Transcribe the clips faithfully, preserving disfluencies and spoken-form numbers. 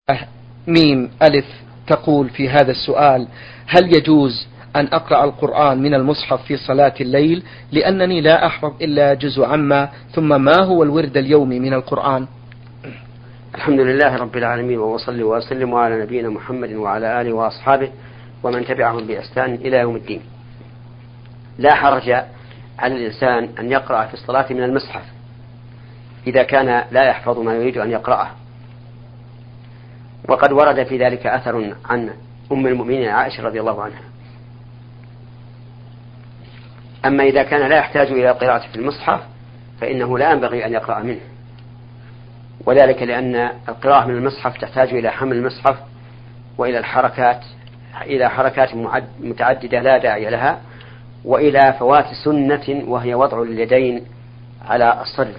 ميم ألف تقول في هذا السؤال: هل يجوز أن أقرأ القرآن من المصحف في صلاة الليل لأنني لا أحفظ إلا جزء عما، ثم ما هو الورد اليومي من القرآن؟ الحمد لله رب العالمين، وصلي وسلم على نبينا محمد وعلى آله وأصحابه ومن تبعهم بإحسان إلى يوم الدين. لا حرج على الإنسان أن يقرأ في الصلاة من المصحف إذا كان لا يحفظ ما يريد أن يقرأه، وقد ورد في ذلك أثر عن أم المؤمنين عائشة رضي الله عنها. أما إذا كان لا يحتاج إلى قراءة في المصحف فإنه لا ينبغي أن يقرأ منه، وذلك لأن القراءة من المصحف تحتاج إلى حمل المصحف وإلى الحركات إلى حركات متعددة لا داعي لها، وإلى فوات سنة وهي وضع اليدين على الصدر،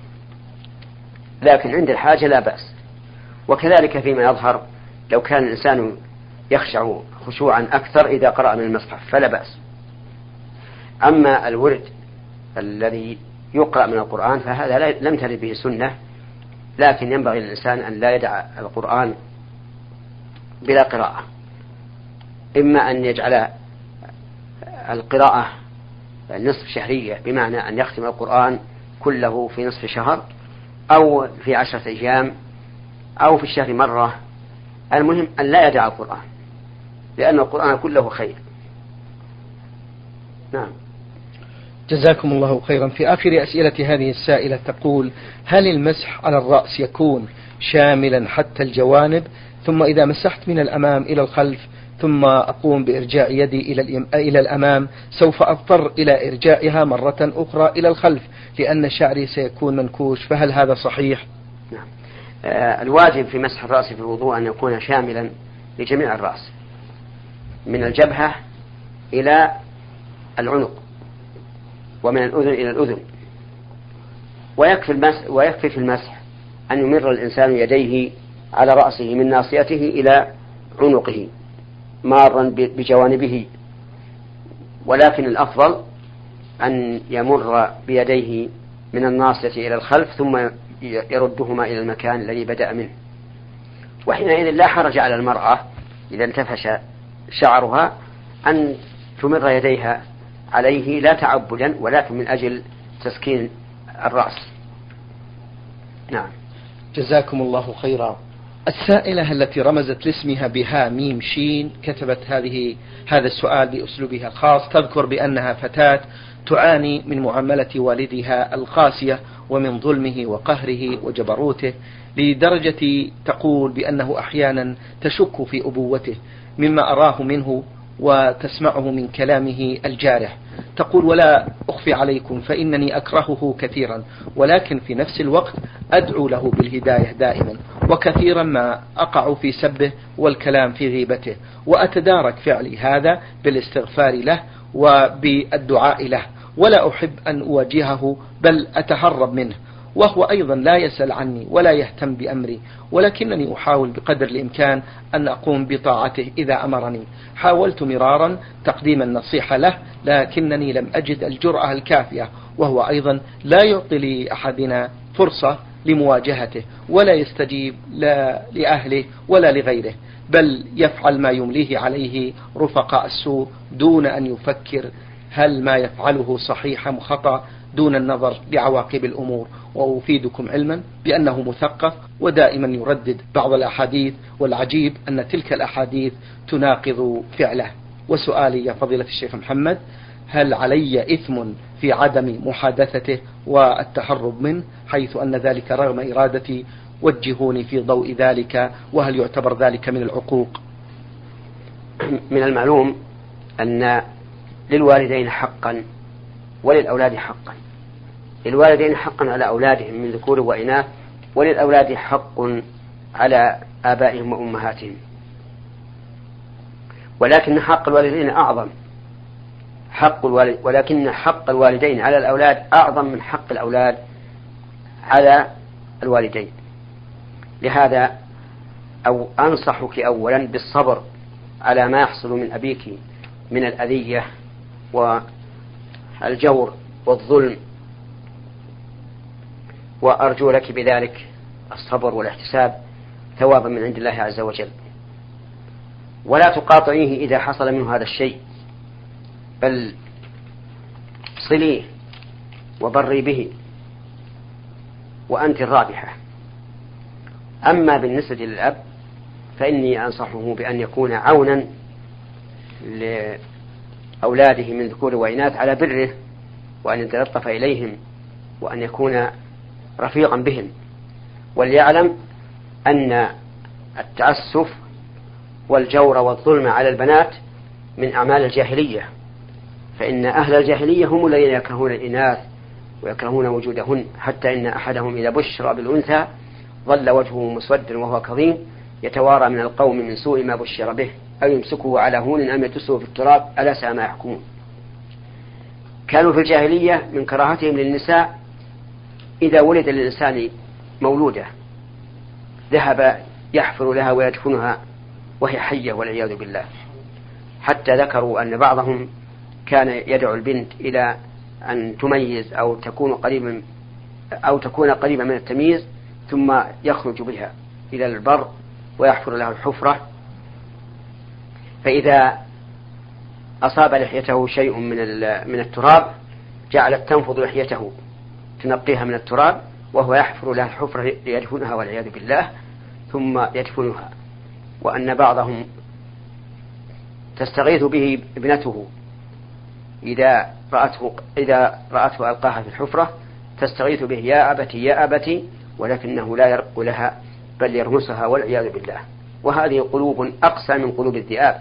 لكن عند الحاجة لا بأس. وكذلك فيما يظهر لو كان الإنسان يخشع خشوعا أكثر إذا قرأ من المصحف فلا بأس. أما الورد الذي يقرأ من القرآن فهذا لم ترد به سنة، لكن ينبغي للإنسان أن لا يدع القرآن بلا قراءة، إما أن يجعل القراءة نصف شهرية بمعنى أن يختم القرآن كله في نصف شهر أو في عشرة أيام أو في الشهر مرة. المهم أن لا يدع القرآن لأن القرآن كله خير. نعم. جزاكم الله خيرا. في آخر أسئلة هذه السائلة تقول: هل المسح على الرأس يكون شاملا حتى الجوانب، ثم إذا مسحت من الأمام إلى الخلف ثم أقوم بإرجاع يدي إلى إلى الأمام سوف أضطر إلى إرجاعها مرة أخرى إلى الخلف لأن شعري سيكون منكوش، فهل هذا صحيح؟ نعم. آه الواجب في مسح الرأس في الوضوء أن يكون شاملا لجميع الرأس من الجبهة إلى العنق ومن الأذن إلى الأذن، ويكفي المسح ويكفي في المسح أن يمر الإنسان يديه على رأسه من ناصيته إلى عنقه مارا بجوانبه، ولكن الأفضل أن يمر بيديه من الناصية إلى الخلف ثم يردهما إلى المكان الذي بدأ منه. وحينئذ لا حرج على المرأة إذا انتفش شعرها أن تمر يديها عليه لا تعبدا ولكن من أجل تسكين الرأس. نعم. جزاكم الله خيرا. السائلة التي رمزت لاسمها بها ميم شين كتبت هذه هذا السؤال بأسلوبها الخاص، تذكر بأنها فتاة تعاني من معاملة والدها القاسية ومن ظلمه وقهره وجبروته، لدرجة تقول بأنه أحيانا تشك في أبوته مما أراه منه وتسمعه من كلامه الجارح. تقول: ولا أخفي عليكم فإنني أكرهه كثيرا، ولكن في نفس الوقت أدعو له بالهداية دائما، وكثيرا ما أقع في سبه والكلام في غيبته، وأتدارك فعلي هذا بالاستغفار له وبالدعاء له، ولا أحب أن أواجهه بل أتهرب منه، وهو أيضا لا يسأل عني ولا يهتم بأمري، ولكنني أحاول بقدر الإمكان أن أقوم بطاعته إذا أمرني. حاولت مرارا تقديم النصيحة له لكنني لم أجد الجرأة الكافية، وهو أيضا لا يعطي لأحدنا فرصة لمواجهته ولا يستجيب لا لأهله ولا لغيره، بل يفعل ما يمليه عليه رفقاء السوء دون أن يفكر هل ما يفعله صحيح أم خطأ، دون النظر لعواقب الأمور. وأفيدكم علما بأنه مثقف ودائما يردد بعض الأحاديث، والعجيب أن تلك الأحاديث تناقض فعله. وسؤالي يا فضيلة الشيخ محمد: هل علي إثم في عدم محادثته والتهرب منه، حيث أن ذلك رغم إرادتي؟ وجهوني في ضوء ذلك، وهل يعتبر ذلك من العقوق؟ من المعلوم أن للوالدين حقا وللأولاد حقا. للوالدين حقا على أولادهم من ذكور وإناث، وللأولاد حق على آبائهم وأمهاتهم، ولكن حق الوالدين أعظم حق الوالد ولكن حق الوالدين على الأولاد أعظم من حق الأولاد على الوالدين. لهذا أو أنصحك أولا بالصبر على ما يحصل من أبيك من الأذية والجور والظلم، وأرجو لك بذلك الصبر والاحتساب ثوابا من عند الله عز وجل. ولا تقاطعيه إذا حصل منه هذا الشيء، بل صليه وبري به وأنت الرابحة. أما بالنسبة للأب فإني أنصحه بأن يكون عونا لأولاده من ذكور وإناث على بره، وأن يتلطف إليهم، وأن يكون رفيقا بهم، وليعلم أن التعسف والجور والظلم على البنات من أعمال الجاهلية، فإن أهل الجاهلية هم الذين يكرهون الإناث ويكرهون وجودهن، حتى إن أحدهم إذا بشر بالأنثى ظل وجهه مسودا وهو كظيم يتوارى من القوم من سوء ما بشر به، أو يمسكه على هون أم يدسه في التراب ألا ساء ما يحكمون. كانوا في الجاهلية من كراهتهم للنساء إذا ولد للإنسان مولودة ذهب يحفر لها ويدفنها وهي حية والعياذ بالله، حتى ذكروا أن بعضهم كان يدعو البنت إلى أن تميز أو تكون قريبا أو تكون قريبا من التمييز، ثم يخرج بها إلى البر ويحفر لها الحفرة، فإذا أصاب لحيته شيء من من التراب جعلت تنفض لحيته تنقيها من التراب وهو يحفر لها الحفرة ليدفنها والعياذ بالله ثم يدفنها. وأن بعضهم تستغيث به ابنته إذا رأته إذا رأته ألقاها في الحفرة تستغيث به يا أبتي يا أبتي، ولكنه لا يرق لها بل يرمسها والعياذ بالله. وهذه قلوب أقسى من قلوب الذئاب.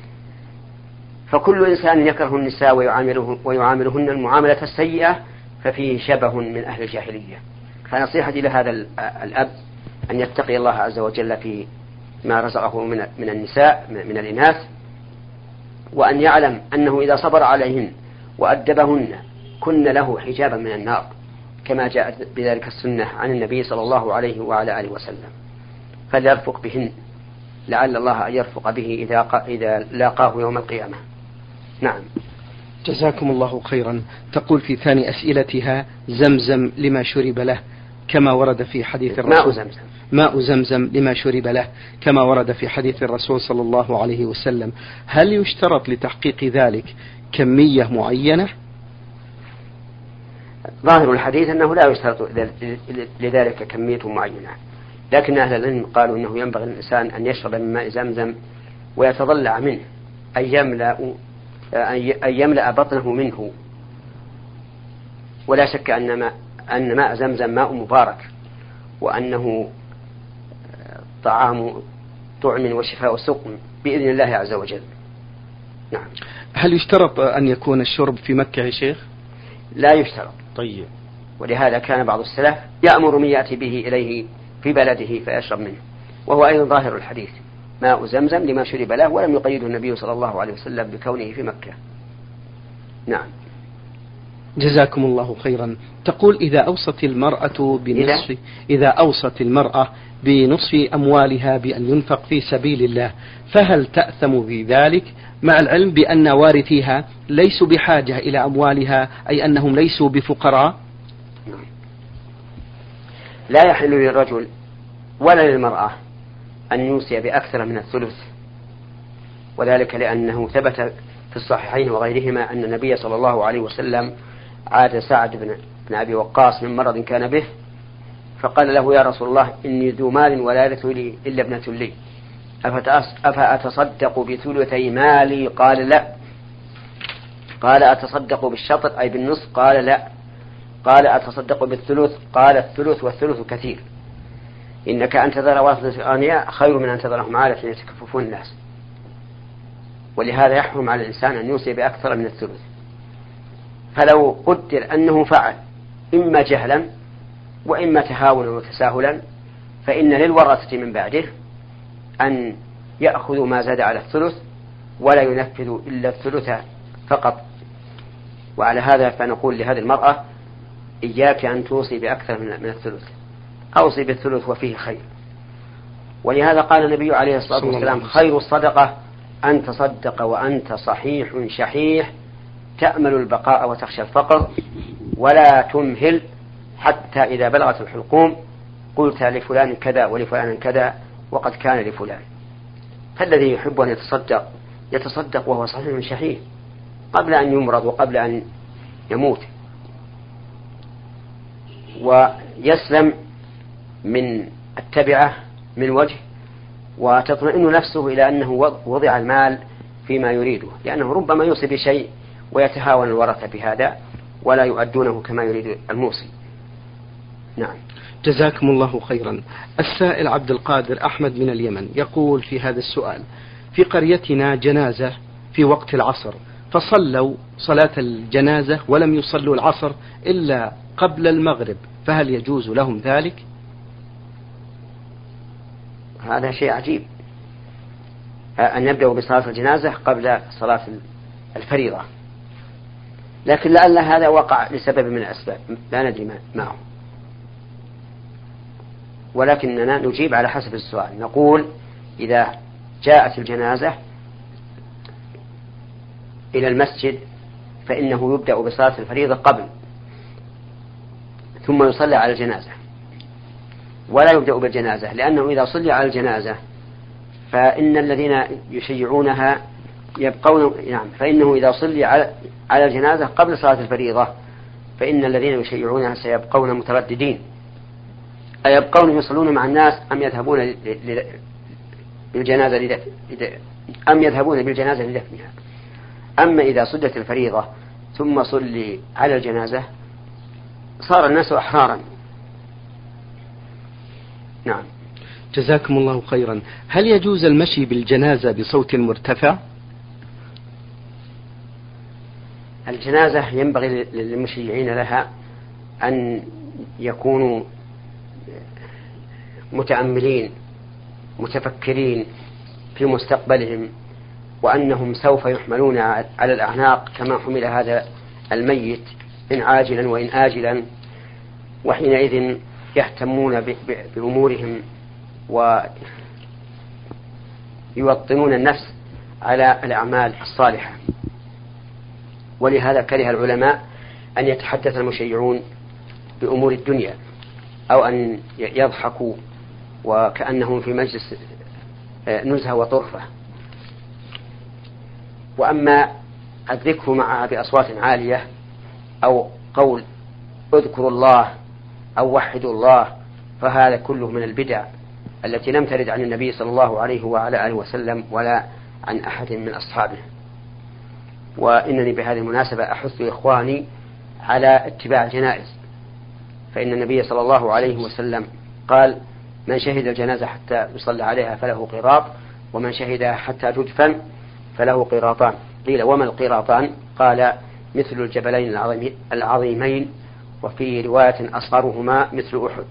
فكل إنسان يكره النساء ويعامله ويعاملهن المعاملة السيئة ففيه شبه من أهل الجاهلية. فنصيحتي لهذا الأب أن يتقي الله عز وجل في ما رزقه من من النساء من الإناث، وأن يعلم أنه إذا صبر عليهن وأدبهن كن له حجابا من النار، كما جاءت بذلك السنة عن النبي صلى الله عليه وعلى آله وسلم. فليرفق بهن لعل الله أن يرفق به إذا إذا لاقاه يوم القيامة. نعم. جزاكم الله خيرا. تقول في ثاني أسئلتها: زمزم لما شرب له كما ورد في حديث الرسول. ماء زمزم ماء زمزم لما شرب له كما ورد في حديث الرسول صلى الله عليه وسلم، هل يشترط لتحقيق ذلك كمية معينة؟ ظاهر الحديث أنه لا يشترط لذلك كمية معينة، لكن أهل العلم قالوا أنه ينبغي للإنسان أن يشرب من ماء زمزم ويتضلع منه، أن يملأ أن يملأ بطنه منه. ولا شك أن ماء أن ماء زمزم ماء مبارك، وأنه طعام طعم وشفاء سقم بإذن الله عز وجل. نعم. هل يشترط أن يكون الشرب في مكة يا شيخ؟ لا يشترط. طيب. ولهذا كان بعض السلف يأمر من يأتي به إليه في بلده فيشرب منه، وهو أيضا ظاهر الحديث ماء زمزم لما شرب له، ولم يقيده النبي صلى الله عليه وسلم بكونه في مكة. نعم. جزاكم الله خيرا. تقول: إذا أوصت المرأة بنصف إذا, إذا أوصت المرأة بنصف أموالها بأن ينفق في سبيل الله فهل تأثم بذلك، مع العلم بأن وارثيها ليسوا بحاجة إلى أموالها، أي أنهم ليسوا بفقراء؟ لا يحل للرجل ولا للمرأة أن يوصي بأكثر من الثلث، وذلك لأنه ثبت في الصحيحين وغيرهما أن النبي صلى الله عليه وسلم عاد سعد بن, بن أبي وقاص من مرض كان به، فقال له: يا رسول الله إني ذو مال ولا يرث لي إلا ابنة لي، أفأتصدق بثلثي مالي؟ قال: لا. قال: أتصدق بالشطر أي بالنصف؟ قال: لا. قال: أتصدق بالثلث؟ قال: الثلث والثلث كثير، إنك أن تذر ورثة الأغنياء خير من أن تذرهم عالة يتكففون الناس. ولهذا يحرم على الإنسان أن يوصي بأكثر من الثلث. فلو قدر أنه فعل إما جهلا وإما تهاونا وتساهلا فإن للورثة من بعده أن يأخذوا ما زاد على الثلث ولا ينفذوا إلا الثلث فقط. وعلى هذا فنقول لهذه المرأة: إياك أن توصي بأكثر من الثلث، أوصي بالثلث وفيه خير. ولهذا قال النبي عليه الصلاة والسلام: خير الصدقة أن تصدق وأنت صحيح شحيح تأمل البقاء وتخشى الفقر، ولا تمهل حتى إذا بلغت الحلقوم قلت لفلان كذا ولفلان كذا وقد كان لفلان. فالذي يحب أن يتصدق يتصدق وهو صحيح شحيح قبل أن يمرض وقبل أن يموت، ويسلم من التبعة من وجه، وتطمئن نفسه إلى أنه وضع المال فيما يريده، لأنه ربما يوصي بشيء ويتهاون الورثة بهذا ولا يؤدونه كما يريد الموصي. نعم. جزاكم الله خيرا. السائل عبد القادر أحمد من اليمن يقول في هذا السؤال: في قريتنا جنازة في وقت العصر، فصلوا صلاة الجنازة ولم يصلوا العصر إلا قبل المغرب، فهل يجوز لهم ذلك؟ هذا شيء عجيب أن يبدأوا بصلاة الجنازة قبل صلاة الفريضة، لكن لعل هذا وقع لسبب من الأسباب لا ندري ما هو، ولكننا نجيب على حسب السؤال. نقول إذا جاءت الجنازة إلى المسجد فإنه يبدأ بصلاة الفريضة قبل، ثم يصلى على الجنازة، ولا يبدأ بالجنازة، لأنه إذا صلى على الجنازة فإن الذين يشيعونها يبقون، نعم، فإنه إذا صلى على الجنازة قبل صلاة الفريضة فإن الذين يشيعونها سيبقون مترددين، أيبقون يصلون مع الناس أم يذهبون بالجنازة أم يذهبون بالجنازة لدفنها. أما إذا صلت الفريضة ثم صلي على الجنازة صار الناس أحرارا. نعم. جزاكم الله خيرا. هل يجوز المشي بالجنازة بصوت مرتفع؟ الجنازة ينبغي للمشيعين لها أن يكونوا متأملين متفكرين في مستقبلهم، وأنهم سوف يحملون على الأعناق كما حمل هذا الميت إن عاجلا وإن آجلا، وحينئذ يهتمون بأمورهم ويوطنون النفس على الأعمال الصالحة. ولهذا كره العلماء أن يتحدث المشيعون بأمور الدنيا أو أن يضحكوا وكأنهم في مجلس نزهة وطرفة. وأما الذكر معها بأصوات عالية أو قول اذكروا الله أو وحدوا الله فهذا كله من البدع التي لم ترد عن النبي صلى الله عليه وعلى آله وسلم ولا عن أحد من أصحابه. وإنني بهذه المناسبة أحث إخواني على اتباع الجنائز، فإن النبي صلى الله عليه وسلم قال من شهد الجنازة حتى يصلى عليها فله قراط، ومن شهدها حتى تدفن فله قراطان. قيل وما القراطان؟ قال مثل الجبلين العظيمين، وفي رواية أصغرهما مثل أحد.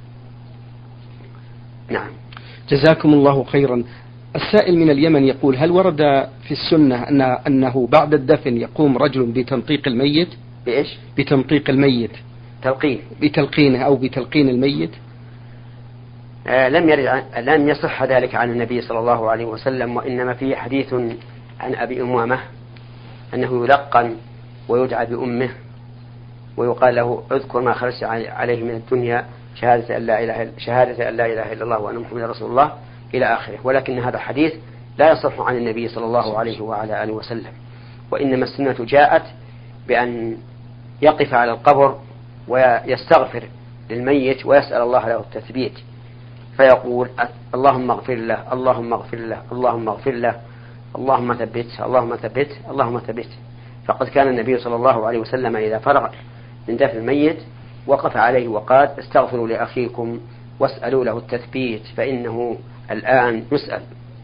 نعم. جزاكم الله خيرا. السائل من اليمن يقول هل ورد في السنة أن أنه بعد الدفن يقوم رجل بتنطيق الميت؟ بإيش؟ بتنطيق الميت. تلقين. بتلقينه أو بتلقين الميت. آه لم يرد لم يصح ذلك عن النبي صلى الله عليه وسلم، وإنما فيه حديث عن أبي أمامة أنه يلقن ويدعى بأمه ويقال له اذكر ما خرجت عليه من الدنيا شهادة أن لا إله شهادة أن لا إله إلا الله وأن محمدا رسول الله إلى آخره. ولكن هذا حديث لا يصح عن النبي صلى الله عليه وعلى آله وسلم، وإنما السنة جاءت بأن يقف على القبر ويستغفر للميت ويسأل الله له التثبيت، فيقول اللهم اغفر له اللهم اغفر له اللهم اغفر له اللهم ثبته اللهم ثبته اللهم ثبته. فقد كان النبي صلى الله عليه وسلم إذا فرغ من دفن الميت وقف عليه وقال استغفروا لأخيكم واسألوا له التثبيت فإنه الآن يسأل.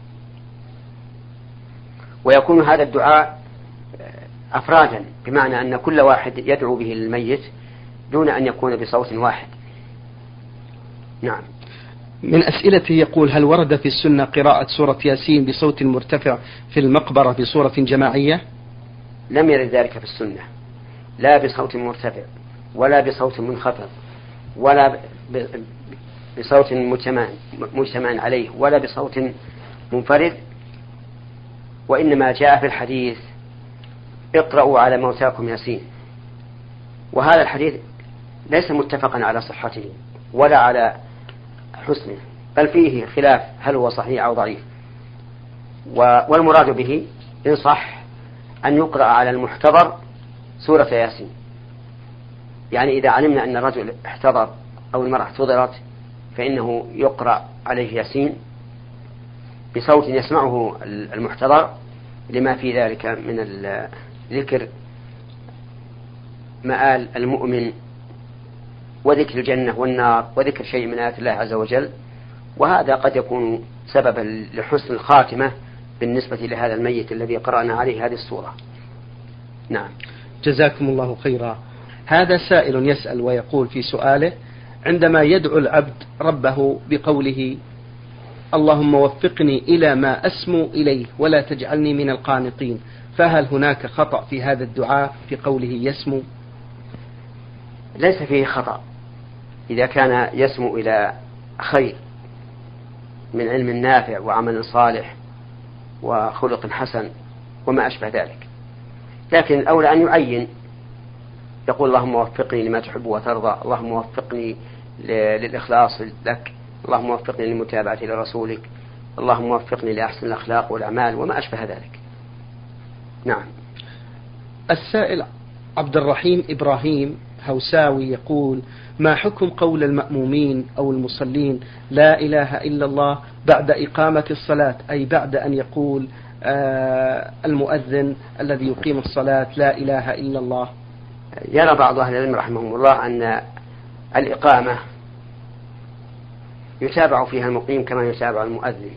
ويكون هذا الدعاء أفرادا، بمعنى أن كل واحد يدعو به للميت دون أن يكون بصوت واحد. نعم. من أسئلته يقول هل ورد في السنة قراءة سورة ياسين بصوت مرتفع في المقبرة بصورة جماعية؟ لم يرد ذلك في السنة، لا بصوت مرتفع ولا بصوت منخفض ولا بصوت مجتمع عليه ولا بصوت منفرد، وإنما جاء في الحديث اقرأوا على موتاكم ياسين، وهذا الحديث ليس متفقا على صحته ولا على حسنه، بل فيه خلاف هل هو صحيح أو ضعيف. والمراد به إن صح أن يقرأ على المحتضر سورة ياسين. يعني إذا علمنا أن الرجل احتضر أو المرأة احتضرت فإنه يقرأ عليه ياسين بصوت يسمعه المحتضر، لما في ذلك من ذكر مآل المؤمن وذكر الجنة والنار وذكر شيء من آيات الله عز وجل، وهذا قد يكون سببا لحسن الخاتمة بالنسبة لهذا الميت الذي قرأنا عليه هذه السورة. نعم. جزاكم الله خيرا. هذا سائل يسأل ويقول في سؤاله: عندما يدعو العبد ربه بقوله اللهم وفقني إلى ما أسمو إليه ولا تجعلني من القانطين، فهل هناك خطأ في هذا الدعاء في قوله يسمو؟ ليس فيه خطأ إذا كان يسمو إلى خير من علم نافع وعمل صالح وخلق حسن وما أشبه ذلك، لكن الأولى أن يعين، يقول اللهم وفقني لما تحب وترضى، اللهم وفقني للإخلاص لك، اللهم وفقني للمتابعة لرسولك، اللهم وفقني لأحسن الأخلاق والأعمال وما أشبه ذلك. نعم. السائل عبد الرحيم إبراهيم هوساوي يقول: ما حكم قول المأمومين أو المصلين لا إله إلا الله بعد إقامة الصلاة، أي بعد أن يقول آه المؤذن الذي يقيم الصلاة لا إله إلا الله؟ يرى بعض أهل العلم رحمهم الله أن الإقامة يتابع فيها المقيم كما يتابع المؤذن،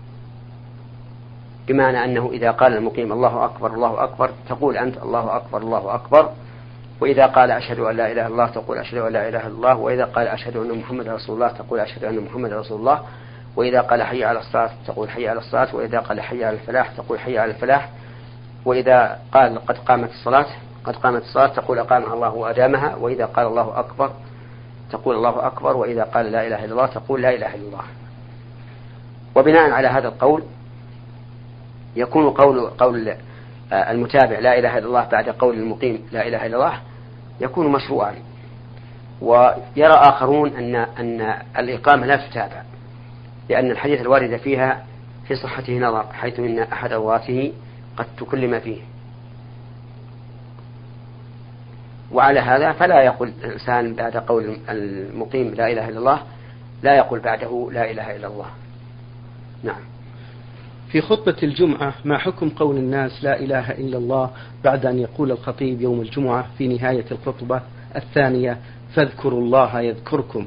بمعنى أنه إذا قال المقيم الله أكبر الله أكبر تقول أنت الله أكبر الله أكبر، وإذا قال أشهد أن لا إله إلا الله تقول أشهد أن لا إله إلا الله، وإذا قال أشهد أن محمد رسول الله تقول أشهد أن محمد رسول الله، وإذا قال حي على الصلاة تقول حي على الصلاة، وإذا قال حي على الفلاح تقول حي على الفلاح، وإذا قال قد قامت الصلاة قد قامت الصلاة تقول أقامها الله وأدامها، وإذا قال الله أكبر تقول الله أكبر، وإذا قال لا إله إلا الله تقول لا إله إلا الله. وبناء على هذا القول يكون قول قول المتابع لا إله إلا الله بعد قول المقيم لا إله إلا الله يكون مشروعا. ويرى آخرون أن أن الإقامة لا تتابع، لأن الحديث الوارد فيها في صحته نظر، حيث إن أحد رواته قد تكلم فيه. وعلى هذا فلا يقول الإنسان بعد قول المقيم لا إله إلا الله لا يقول بعده لا إله إلا الله. نعم. في خطبة الجمعة ما حكم قول الناس لا إله إلا الله بعد أن يقول الخطيب يوم الجمعة في نهاية الخطبة الثانية فاذكروا الله يذكركم؟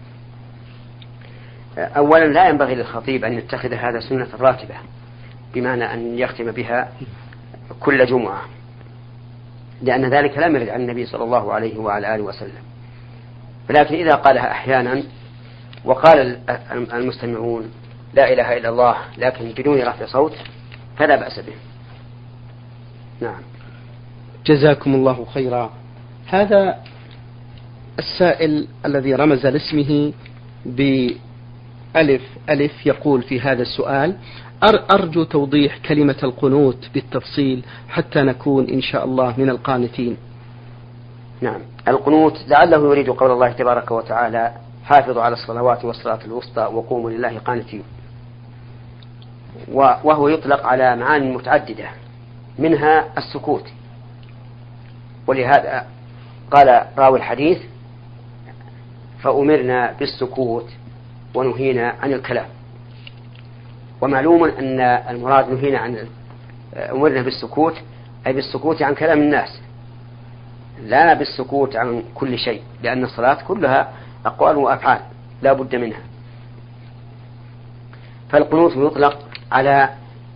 أولا لا ينبغي للخطيب أن يتخذ هذا سنة راتبة، بمعنى أن يختم بها كل جمعة، لأن ذلك لم يرد عن النبي صلى الله عليه وعلى آله وسلم. ولكن إذا قالها أحيانا وقال المستمعون لا إله إلا الله لكن بدون رفع صوت فلا بأس به. نعم. جزاكم الله خيرا. هذا السائل الذي رمز لاسمه بألف ألف يقول في هذا السؤال: أرجو توضيح كلمة القنوت بالتفصيل حتى نكون إن شاء الله من القانتين. نعم. القنوت لعله يريد قول الله تبارك وتعالى حافظوا على الصلوات والصلاة الوسطى وقوموا لله قانتين، وهو يطلق على معاني متعددة منها السكوت. ولهذا قال راوي الحديث فأمرنا بالسكوت ونهينا عن الكلام. ومعلوم أن المراد نهينا عن أمرنا بالسكوت أي بالسكوت عن كلام الناس، لا بالسكوت عن كل شيء، لأن الصلاة كلها أقوال وأفعال لا بد منها. فالقنوت يطلق على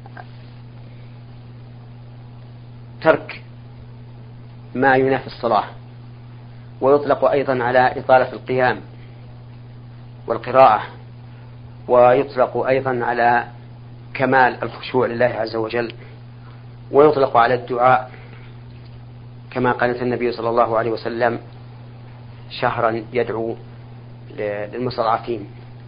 ترك ما ينافي الصلاة، ويطلق أيضا على إطالة القيام والقراءة، ويطلق أيضا على كمال الخشوع لله عز وجل، ويطلق على الدعاء كما قالت النبي صلى الله عليه وسلم شهرا يدعو للمستضعفين.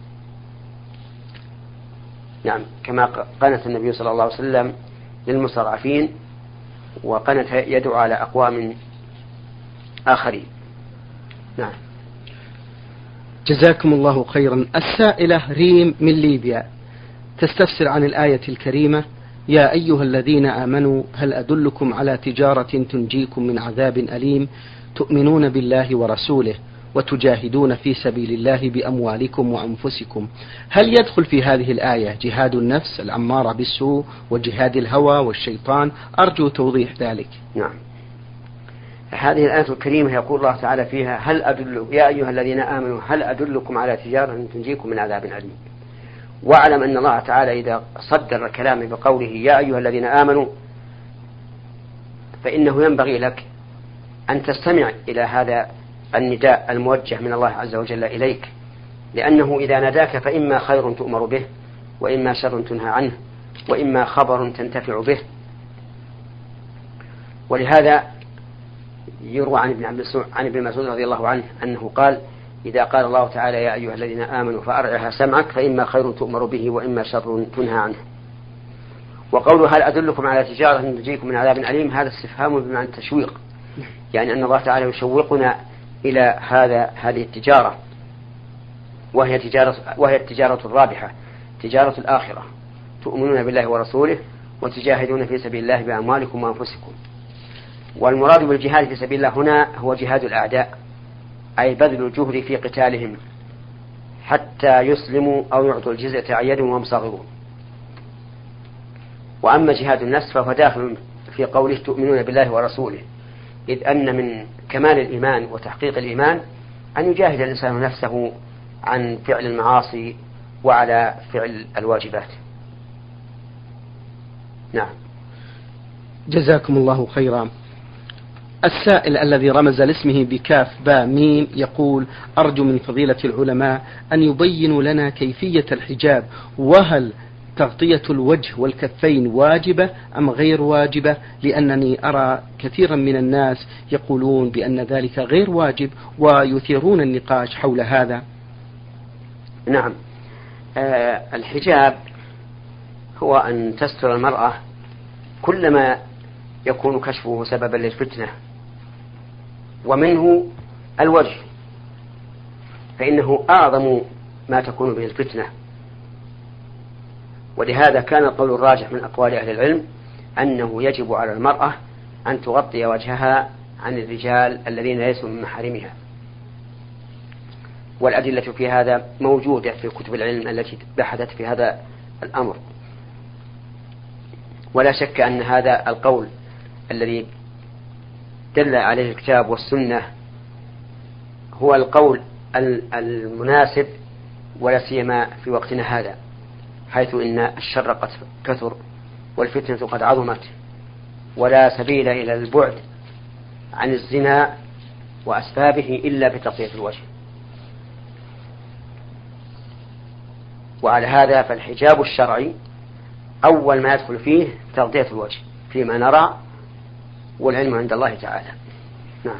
نعم، كما قالت النبي صلى الله عليه وسلم للمستضعفين، وقنت يدعو على أقوام آخرين. نعم. جزاكم الله خيرا. السائلة ريم من ليبيا تستفسر عن الآية الكريمة: يا أيها الذين آمنوا هل أدلكم على تجارة تنجيكم من عذاب أليم تؤمنون بالله ورسوله وتجاهدون في سبيل الله بأموالكم وأنفسكم. هل يدخل في هذه الآية جهاد النفس الأمارة بالسوء وجهاد الهوى والشيطان؟ أرجو توضيح ذلك. نعم، هذه الآية الكريمة يقول الله تعالى فيها: هل أدل يا أيها الذين آمنوا هل أدلكم على تجارة تنجيكم من عذاب أليم. واعلم أن الله تعالى إذا صدر الكلام بقوله يا أيها الذين آمنوا فإنه ينبغي لك أن تستمع إلى هذا النداء الموجه من الله عز وجل إليك، لأنه إذا ناداك فإما خير تؤمر به وإما شر تنهى عنه وإما خبر تنتفع به. ولهذا يروى عن ابن عن ابن مسعود رضي الله عنه أنه قال: إذا قال الله تعالى يا أيها الذين آمنوا فأرعها سمعك فإما خير تؤمر به وإما شر تنهى عنه. وقوله هل أدلكم على تجارة تنجيكم من عذاب أليم هذا استفهام بمعنى التشويق، يعني أن الله تعالى يشوقنا إلى هذا هذه التجارة، وهي تجارة وهي التجارة الرابحة، تجارة الآخرة، تؤمنون بالله ورسوله وتجاهدون في سبيل الله بأموالكم وأنفسكم. والمراد بالجهاد في سبيل الله هنا هو جهاد الأعداء، أي بذل الجهد في قتالهم حتى يسلموا أو يعطوا الجزية عن يد وهم صاغرون. وأما جهاد النفس فهو داخل في قوله تؤمنون بالله ورسوله، إذ أن من كمال الإيمان وتحقيق الإيمان أن يجاهد الإنسان نفسه عن فعل المعاصي وعلى فعل الواجبات. نعم. جزاكم الله خيرا. السائل الذي رمز لاسمه بكاف با ميم يقول: أرجو من فضيلة العلماء أن يبينوا لنا كيفية الحجاب، وهل تغطية الوجه والكفين واجبة أم غير واجبة؟ لأنني أرى كثيرا من الناس يقولون بأن ذلك غير واجب ويثيرون النقاش حول هذا. نعم، آه الحجاب هو أن تستر المرأة كلما يكون كشفه سببا للفتنة، ومنه الوجه، فإنه أعظم ما تكون به الفتنة. ولهذا كان القول الراجح من أقوال أهل العلم أنه يجب على المرأة أن تغطي وجهها عن الرجال الذين ليسوا من محارمها. والأدلة في هذا موجودة في كتب العلم التي بحثت في هذا الأمر. ولا شك أن هذا القول الذي دل عليه الكتاب والسنة هو القول المناسب، ولا سيما في وقتنا هذا، حيث إن الشر قد كثر والفتنة قد عظمت، ولا سبيل إلى البعد عن الزنا وأسبابه إلا بتغطية الوجه. وعلى هذا فالحجاب الشرعي أول ما يدخل فيه تغطية الوجه فيما نرى، والعلم عند الله تعالى. نعم.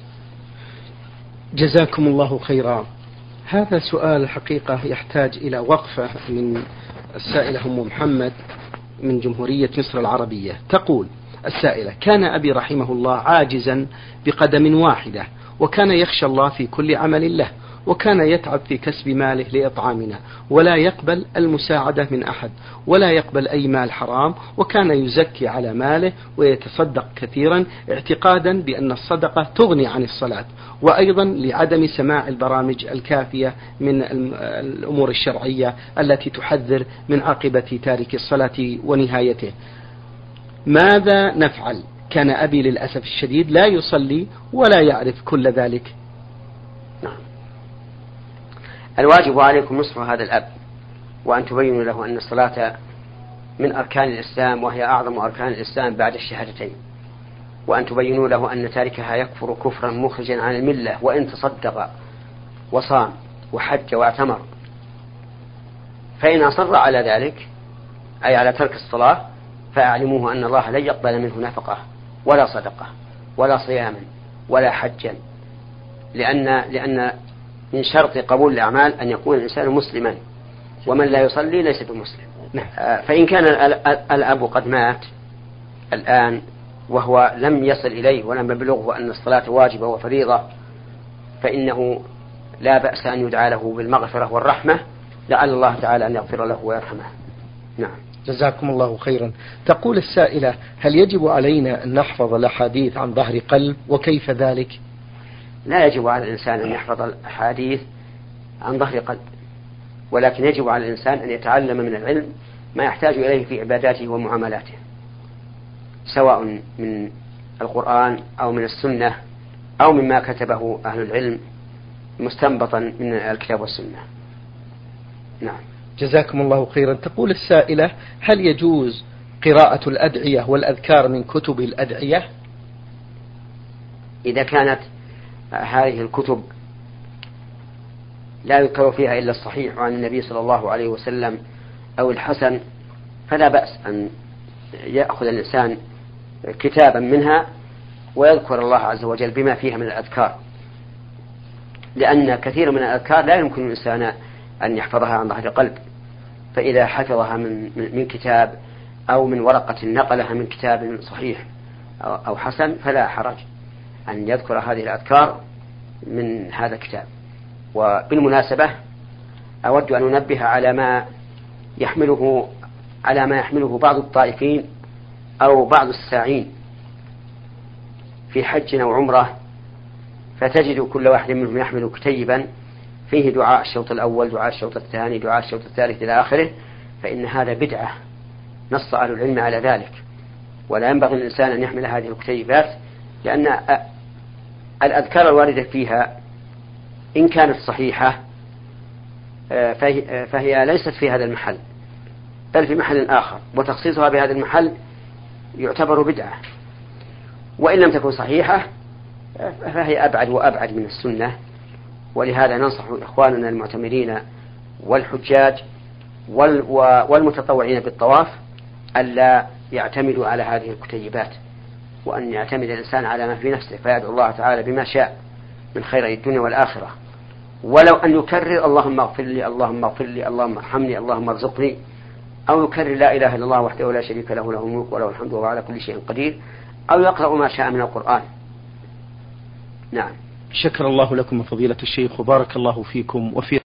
جزاكم الله خيرا. هذا سؤال الحقيقة يحتاج إلى وقفة من السائلة أم محمد من جمهورية مصر العربية. تقول السائلة: كان أبي رحمه الله عاجزا بقدم واحدة، وكان يخشى الله في كل عمل له، وكان يتعب في كسب ماله لإطعامنا، ولا يقبل المساعدة من أحد، ولا يقبل أي مال حرام، وكان يزكي على ماله ويتصدق كثيرا اعتقادا بأن الصدقة تغني عن الصلاة، وأيضا لعدم سماع البرامج الكافية من الأمور الشرعية التي تحذر من عاقبة تارك الصلاة ونهايته. ماذا نفعل؟ كان أبي للأسف الشديد لا يصلي ولا يعرف كل ذلك. نعم. الواجب عليكم نصح هذا الأب، وأن تبينوا له أن الصلاة من أركان الإسلام، وهي أعظم أركان الإسلام بعد الشهادتين، وأن تبينوا له أن تاركها يكفر كفرا مخرجا عن الملة، وإن تصدق وصام وحج واعتمر. فإن أصر على ذلك أي على ترك الصلاة فأعلموه أن الله لن يقبل منه نفقة ولا صدقة ولا صياما ولا حجا، لأن لأن من شرط قبول الأعمال أن يكون الإنسان مسلما، ومن لا يصلي ليس بمسلم. فإن كان الأب قد مات الآن وهو لم يصل إليه ولم يبلغه أن الصلاة واجبة وفريضة، فإنه لا بأس أن يدعى له بالمغفرة والرحمة، لعل الله تعالى أن يغفر له ويرحمه. نعم. جزاكم الله خيرا. تقول السائلة: هل يجب علينا أن نحفظ الأحاديث عن ظهر قلب، وكيف ذلك؟ لا يجب على الإنسان أن يحفظ الأحاديث عن ظهر قلب، ولكن يجب على الإنسان أن يتعلم من العلم ما يحتاج إليه في عباداته ومعاملاته، سواء من القرآن أو من السنة أو مما كتبه أهل العلم مستنبطا من الكتاب والسنة. نعم. جزاكم الله خيرا. تقول السائلة: هل يجوز قراءة الأدعية والأذكار من كتب الأدعية؟ إذا كانت هذه الكتب لا يذكر فيها إلا الصحيح عن النبي صلى الله عليه وسلم أو الحسن، فلا بأس أن يأخذ الإنسان كتابا منها ويذكر الله عز وجل بما فيها من الأذكار، لأن كثير من الأذكار لا يمكن الإنسان أن يحفظها عن ظهر قلب، فإذا حفظها من, من كتاب أو من ورقة نقلها من كتاب صحيح أو حسن فلا حرج أن يذكر هذه الأذكار من هذا الكتاب. وبالمناسبة أود أن أنبه على ما يحمله على ما يحمله بعض الطائفين أو بعض الساعين في حج أو عمرة، فتجد كل واحد منهم يحمل كتيبا فيه دعاء الشوط الأول، دعاء الشوط الثاني، دعاء الشوط الثالث إلى آخره، فإن هذا بدعة نص أهل العلم على ذلك، ولا ينبغي الإنسان أن يحمل هذه الكتيبات، لأن الأذكار الواردة فيها إن كانت صحيحة فهي ليست في هذا المحل بل في محل آخر، وتخصيصها بهذا المحل يعتبر بدعة، وإن لم تكن صحيحة فهي أبعد وأبعد من السنة. ولهذا ننصح إخواننا المعتمرين والحجاج والمتطوعين بالطواف ألا يعتمدوا على هذه الكتيبات، وأن يعتمد الإنسان على ما في نفسه فيدعو الله تعالى بما شاء من خير الدنيا والآخرة، ولو أن يكرر اللهم اغفر لي اللهم اغفر لي اللهم ارحمني اللهم ارزقني، أو يكرر لا إله إلا الله وحده لا شريك له له الملك وله الحمد وهو على كل شيء قدير، أو يقرأ ما شاء من القرآن. نعم. شكر الله لكم فضيلة الشيخ وبارك الله فيكم وفي